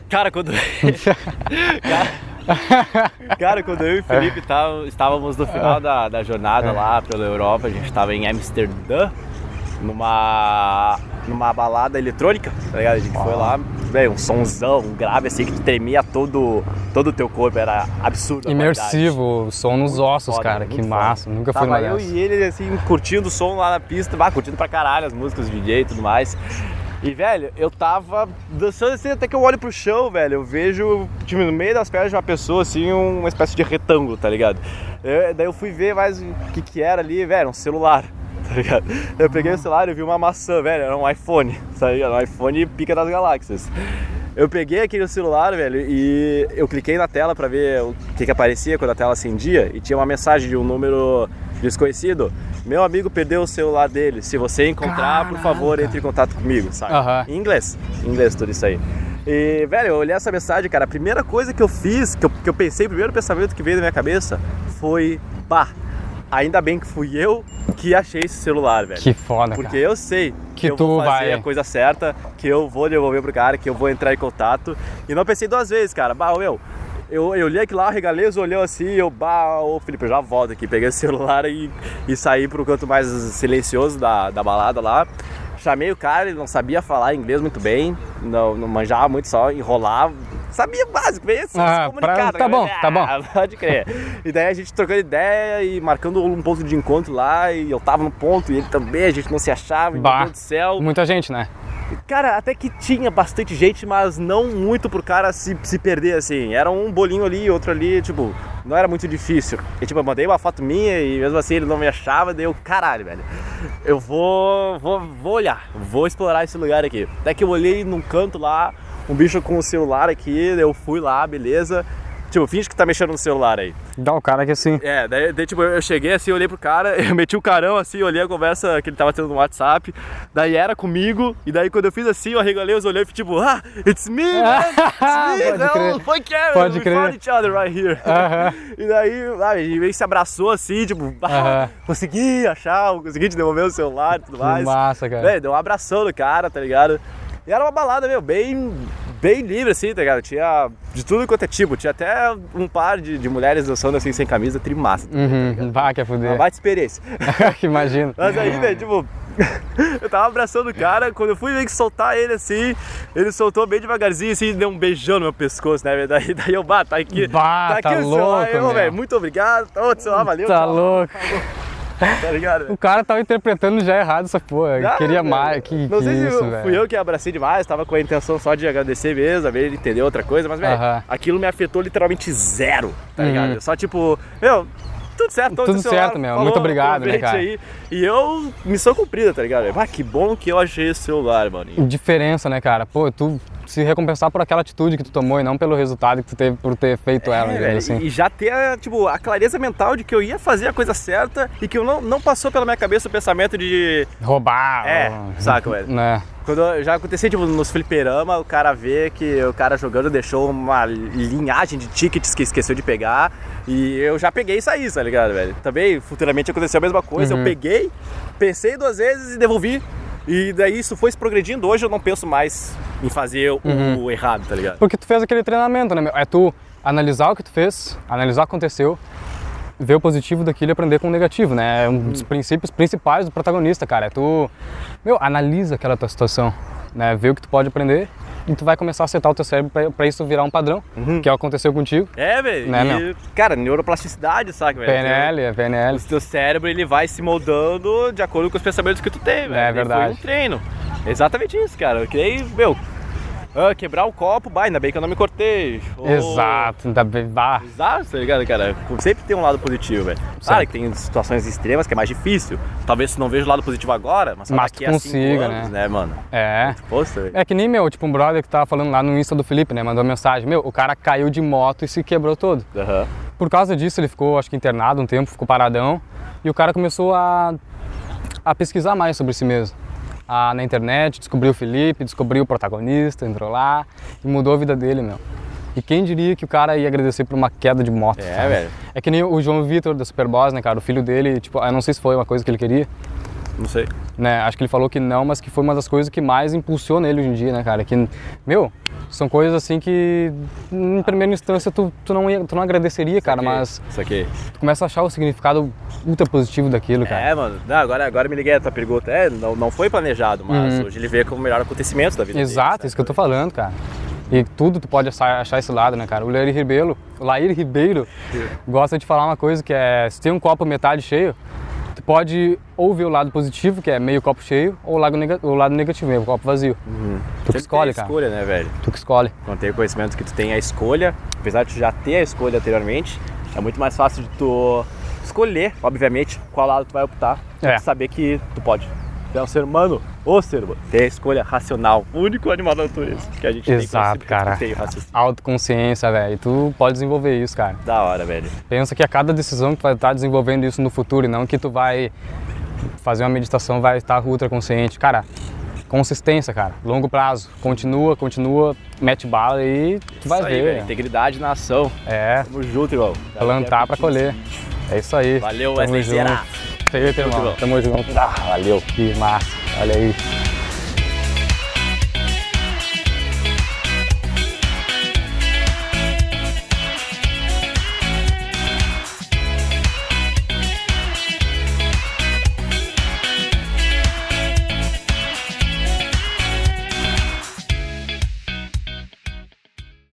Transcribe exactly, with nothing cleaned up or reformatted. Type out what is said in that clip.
Cara, quando... cara... cara, quando eu e o Felipe tavam, estávamos no final da, da jornada lá pela Europa, a gente estava em Amsterdã, numa, numa balada eletrônica, tá ligado? A gente foi lá, velho, um sonzão, um grave assim que tremia todo, todo o teu corpo, era absurdo. Imersivo, som nos muito ossos, foda, cara, que massa, foda. Nunca fui numa eu dessas. E ele assim, curtindo o som lá na pista, bah, curtindo pra caralho as músicas, D J e tudo mais. E, velho, eu tava dançando assim, até que eu olho pro chão, velho, eu vejo, tipo, no meio das pernas de uma pessoa, assim, uma espécie de retângulo, tá ligado? Eu, daí eu fui ver mais o que que era ali, velho, um celular, tá ligado? Eu peguei o celular e vi uma maçã, velho, era um iPhone, tá ligado? Um iPhone pica das galáxias. Eu peguei aquele celular, velho, e eu cliquei na tela pra ver o que que aparecia quando a tela acendia, e tinha uma mensagem de um número desconhecido. Meu amigo perdeu o celular dele, se você encontrar, Caraca. por favor, entre em contato comigo, sabe? Uhum. Em inglês, em inglês tudo isso aí. E, velho, eu olhei essa mensagem, cara, a primeira coisa que eu fiz, que eu, que eu pensei, o primeiro pensamento que veio na minha cabeça foi, pá, ainda bem que fui eu que achei esse celular, velho. Que foda, Porque cara. eu sei que, que eu tu vou fazer vai... a coisa certa, que eu vou devolver pro cara, que eu vou entrar em contato. E não pensei duas vezes, cara. Bah, meu, eu, eu olhei aqui lá, regalei os olhos assim, eu, bah, ô Felipe, eu já volto aqui. Peguei o celular e, e saí pro canto mais silencioso da, da balada lá. Chamei o cara, ele não sabia falar inglês muito bem, não, não manjava muito, só enrolava. Sabia básico, bem assim, ah, se comunicar. Pra... Tá bom, ah, tá bom. Pode crer. E daí a gente trocando ideia e marcando um ponto de encontro lá, e eu tava no ponto e ele também, a gente não se achava, meu Deus do céu. Muita gente, né? Cara, até que tinha bastante gente, mas não muito pro cara se, se perder, assim. Era um bolinho ali, outro ali, tipo, não era muito difícil. E tipo, eu mandei uma foto minha e mesmo assim ele não me achava, daí eu, caralho, velho, eu vou, vou, vou olhar, vou explorar esse lugar aqui. Até que eu olhei num canto lá, um bicho com o celular aqui, eu fui lá, beleza. Tipo, finge que tá mexendo no celular aí. Dá o cara aqui assim. É, daí, daí tipo, eu cheguei assim, olhei pro cara, eu meti o carão assim, olhei a conversa que ele tava tendo no WhatsApp, daí era comigo, e daí quando eu fiz assim, eu arregalei os olhos e tipo, ah, it's me, man, it's me, Pode crer. não, foi Karen, Pode we crer. found each other right here. Uh-huh. E daí, ah, a gente se abraçou assim, tipo, ah, uh-huh. consegui achar, consegui te devolver o celular e tudo mais. Que massa, cara. É, deu um abração no cara, tá ligado? E era uma balada, meu, bem, bem livre, assim, tá ligado? Tinha de tudo quanto é tipo. Tinha até um par de, de mulheres dançando, assim, sem camisa, trimassa. Uhum, tá vai, quer fuder. Uma baita experiência. Imagino. Mas aí, velho, tipo... eu tava abraçando o cara, quando eu fui meio que soltar ele, assim, ele soltou bem devagarzinho, assim, deu um beijão no meu pescoço, né? Daí, daí eu, bah, tá aqui, bah, tá aqui tá o celular, louco, velho, muito obrigado, ô, celular, valeu. Tá tchau. louco. Tá ligado? O cara tava interpretando já errado essa porra, Ah, queria velho. mais, que, Não que sei isso, se velho. fui eu que abracei demais, tava com a intenção só de agradecer mesmo, a ver ele entender outra coisa, mas, velho, uh-huh. aquilo me afetou literalmente zero, tá uhum. ligado? Só tipo, meu... Tudo certo, tudo certo, meu. Muito obrigado, né, cara? Aí. E eu, missão cumprida, tá ligado? Ah, que bom que eu achei esse celular, mano. Diferença, né, cara? Pô, tu se recompensar por aquela atitude que tu tomou e não pelo resultado que tu teve por ter feito é, ela, velho, assim. E já ter, tipo, a clareza mental de que eu ia fazer a coisa certa e que eu não, não passou pela minha cabeça o pensamento de... roubar. É, ou... saca, velho? Né? Quando já aconteceu, tipo, nos fliperama, o cara vê que o cara jogando deixou uma linhagem de tickets que esqueceu de pegar e eu já peguei e saí, tá ligado, velho? Também, futuramente aconteceu a mesma coisa, uhum. eu peguei, pensei duas vezes e devolvi. E daí isso foi se progredindo, hoje eu não penso mais em fazer uhum. o errado, tá ligado? Porque tu fez aquele treinamento, né, meu? É tu analisar o que tu fez, analisar o que aconteceu, ver o positivo daquilo e aprender com o negativo, né? É um dos princípios principais do protagonista, cara. É tu, meu, analisa aquela tua situação, né? Vê o que tu pode aprender e tu vai começar a setar o teu cérebro pra, pra isso virar um padrão, uhum. que é o que aconteceu contigo. É, velho. Né, e, meu? Cara, neuroplasticidade, sabe, velho? P N L, é P N L. O teu cérebro, ele vai se moldando de acordo com os pensamentos que tu tem, velho. É verdade. Foi um treino. Exatamente isso, cara. Eu criei, meu... Ah, quebrar o copo, bah, ainda bem que eu não me cortei. Oh. Exato, ainda bem, bah. Exato, tá ligado, cara? Sempre tem um lado positivo, velho. Claro que tem situações extremas que é mais difícil. Talvez você não veja o lado positivo agora, mas só mas daqui a cinco anos, né? né, mano? É. Posto, é que nem, meu, tipo um brother que tava falando lá no Insta do Felipe, né? Mandou mensagem, meu, o cara caiu de moto e se quebrou todo. Uhum. Por causa disso ele ficou, acho que internado um tempo, ficou paradão. E o cara começou a, a pesquisar mais sobre si mesmo. Ah, na internet, descobriu o Felipe, descobriu o protagonista, entrou lá e mudou a vida dele, meu. E quem diria que o cara ia agradecer por uma queda de moto? É, velho. É que nem o João Vitor da Superboss, né, cara? O filho dele, tipo, eu não sei se foi uma coisa que ele queria, Não sei. Né? Acho que ele falou que não, mas que foi uma das coisas que mais impulsiona ele hoje em dia, né, cara? Que, meu, são coisas assim que em primeira instância tu, tu, não, ia, tu não agradeceria, cara, Saquei, mas saquei. tu começa a achar o significado ultra positivo daquilo, cara. É, mano. Não, agora, agora me liguei a tua pergunta. É, não, não foi planejado, mas Uhum. hoje ele vê como o melhor acontecimento da vida Exato, dele. isso que eu tô falando, cara. E tudo tu pode achar, achar esse lado, né, cara? O Lair Ribeiro, o Lair Ribeiro gosta de falar uma coisa que é, se tem um copo metade cheio, tu pode ou ver o lado positivo, que é meio copo cheio, ou o lado, nega, o lado negativo, meio copo vazio. Uhum. Tu que Sempre escolhe, tem a cara. escolha, né, velho? Tu que escolhe. Quando tem o conhecimento que tu tem a escolha, apesar de tu já ter a escolha anteriormente, é muito mais fácil de tu escolher, obviamente, qual lado tu vai optar, e É. tu saber que tu pode. Tu é um ser humano, ô ser humano, tem a escolha racional, o único animal da natureza que a gente Exato, tem cara. tem o raciocínio. Autoconsciência, velho. Tu pode desenvolver isso, cara. Da hora, velho. Pensa que a cada decisão que tu vai estar desenvolvendo isso no futuro e não que tu vai fazer uma meditação, vai estar ultra consciente. Cara, consistência, cara. Longo prazo. Continua, continua, mete bala e tu vai Isso aí, ver. velho. Integridade na ação. É, Tamo junto, irmão. plantar pra colher. É isso aí. Valeu, Tamo Wesley junto. Zera. Feito, irmão. irmão. Tamo junto. Ah, valeu. Que massa. Olha aí.